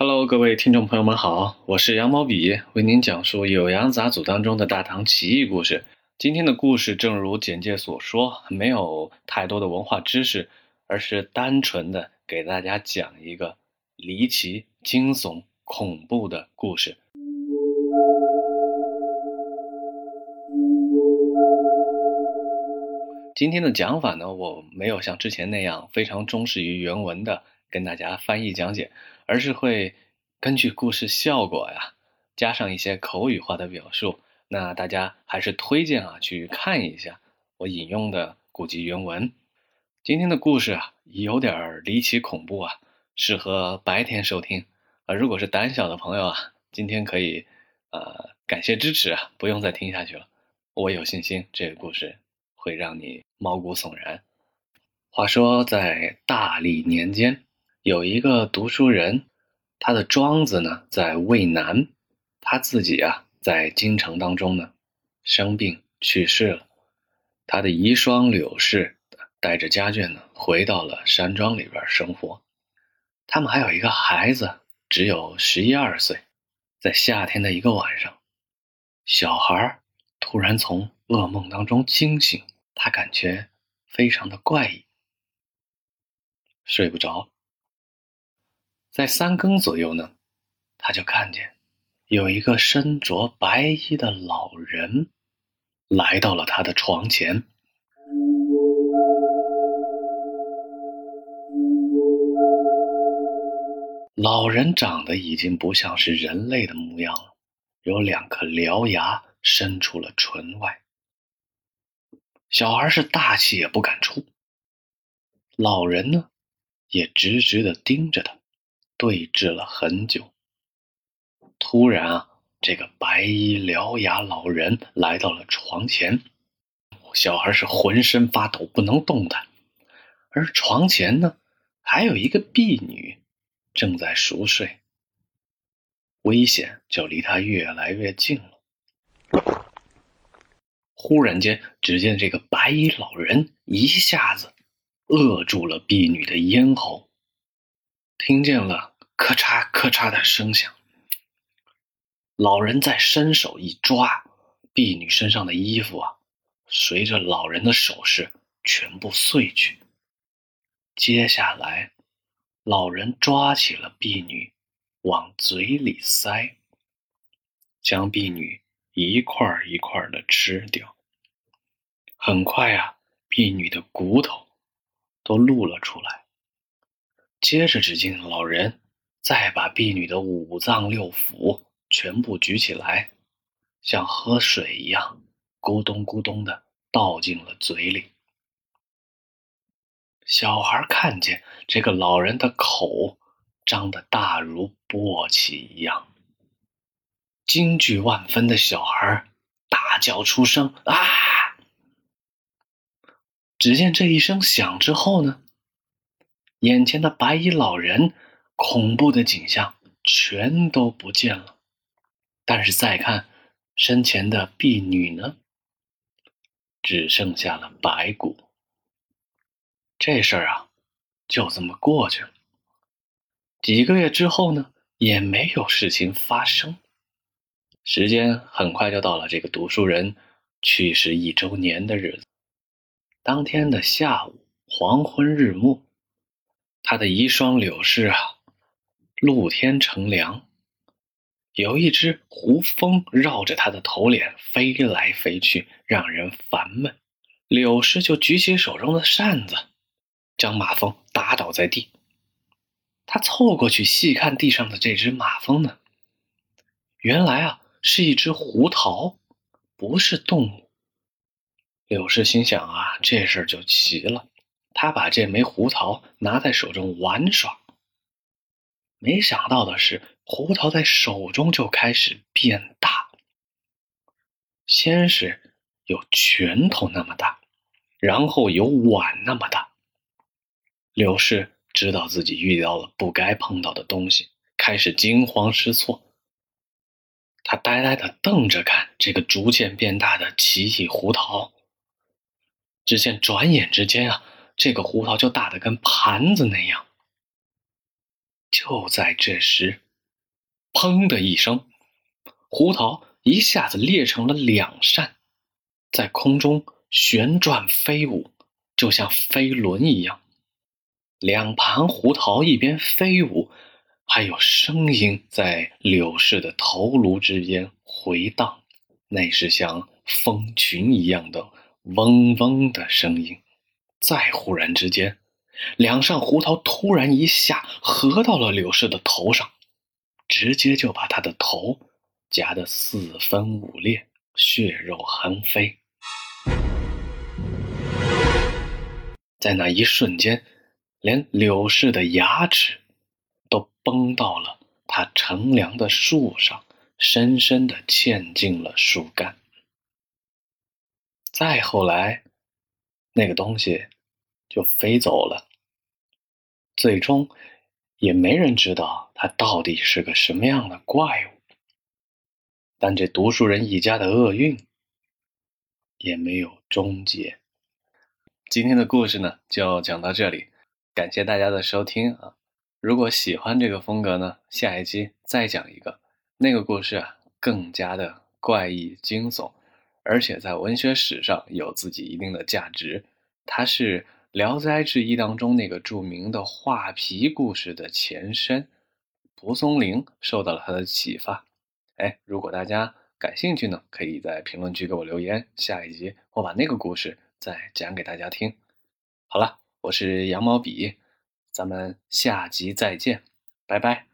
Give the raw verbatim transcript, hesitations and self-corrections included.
Hello，各位听众朋友们好，我是羊毛笔，为您讲述《酉阳杂俎》当中的大唐奇异故事。今天的故事正如简介所说，没有太多的文化知识，而是单纯的给大家讲一个离奇、惊悚、恐怖的故事。今天的讲法呢，我没有像之前那样非常忠实于原文的跟大家翻译讲解，而是会根据故事效果呀，加上一些口语化的表述。那大家还是推荐啊去看一下我引用的古籍原文。今天的故事啊有点离奇恐怖啊，适合白天收听啊。如果是胆小的朋友啊，今天可以呃感谢支持啊，不用再听下去了。我有信心这个故事会让你毛骨悚然。话说在大历年间，有一个读书人，他的庄子呢在渭南，他自己啊在京城当中呢生病去世了。他的遗孀柳氏带着家眷呢回到了山庄里边生活。他们还有一个孩子，只有十一二岁。在夏天的一个晚上，小孩突然从噩梦当中惊醒，他感觉非常的怪异，睡不着。在三更左右呢，他就看见有一个身着白衣的老人来到了他的床前。老人长得已经不像是人类的模样了，有两颗獠牙伸出了唇外。小孩是大气也不敢出，老人呢也直直地盯着他，对峙了很久。突然啊，这个白衣獠牙老人来到了床前，小孩是浑身发抖，不能动弹。而床前呢，还有一个婢女正在熟睡，危险就离他越来越近了。忽然间，只见这个白衣老人一下子扼住了婢女的咽喉，听见了咔嚓咔嚓的声响。老人再伸手一抓，婢女身上的衣服啊，随着老人的手势全部碎去。接下来，老人抓起了婢女，往嘴里塞，将婢女一块一块的吃掉。很快啊，婢女的骨头都露了出来。接着只见老人再把婢女的五脏六腑全部举起来，像喝水一样咕咚咕咚的倒进了嘴里。小孩看见这个老人的口张得大如簸箕一样，惊惧万分的小孩大叫出声啊！只见这一声响之后呢，眼前的白衣老人恐怖的景象全都不见了。但是再看身前的婢女呢，只剩下了白骨。这事儿啊就这么过去了。几个月之后呢，也没有事情发生。时间很快就到了这个读书人去世一周年的日子。当天的下午，黄昏日暮，他的遗孀柳氏啊，露天乘凉，有一只胡蜂绕着他的头脸飞来飞去，让人烦闷。柳氏就举起手中的扇子，将马蜂打倒在地。他凑过去细看地上的这只马蜂呢，原来啊是一只胡桃，不是动物。柳氏心想啊，这事儿就奇了。他把这枚胡桃拿在手中玩耍，没想到的是，胡桃在手中就开始变大，先是有拳头那么大，然后有碗那么大。柳氏知道自己遇到了不该碰到的东西，开始惊慌失措。他呆呆地瞪着看这个逐渐变大的奇异胡桃。只见转眼之间啊，这个胡桃就大得跟盘子那样。就在这时， 砰的一声，胡桃一下子裂成了两扇，在空中旋转飞舞，就像飞轮一样。两盘胡桃一边飞舞，还有声音在柳氏的头颅之间回荡，那是像蜂群一样的嗡嗡的声音。再忽然之间，两扇胡桃突然一下合到了柳氏的头上，直接就把他的头夹得四分五裂，血肉横飞。在那一瞬间，连柳氏的牙齿都崩到了他乘凉的树上，深深地嵌进了树干。再后来，那个东西就飞走了，最终也没人知道它到底是个什么样的怪物。但这读书人一家的厄运也没有终结。今天的故事呢，就讲到这里，感谢大家的收听啊！如果喜欢这个风格呢，下一集再讲一个，那个故事啊，更加的怪异惊悚，而且在文学史上有自己一定的价值。它是《聊斋志异》当中那个著名的画皮故事的前身，蒲松龄受到了他的启发。哎，如果大家感兴趣呢，可以在评论区给我留言，下一集我把那个故事再讲给大家听。好了，我是羊毛笔，咱们下集再见，拜拜。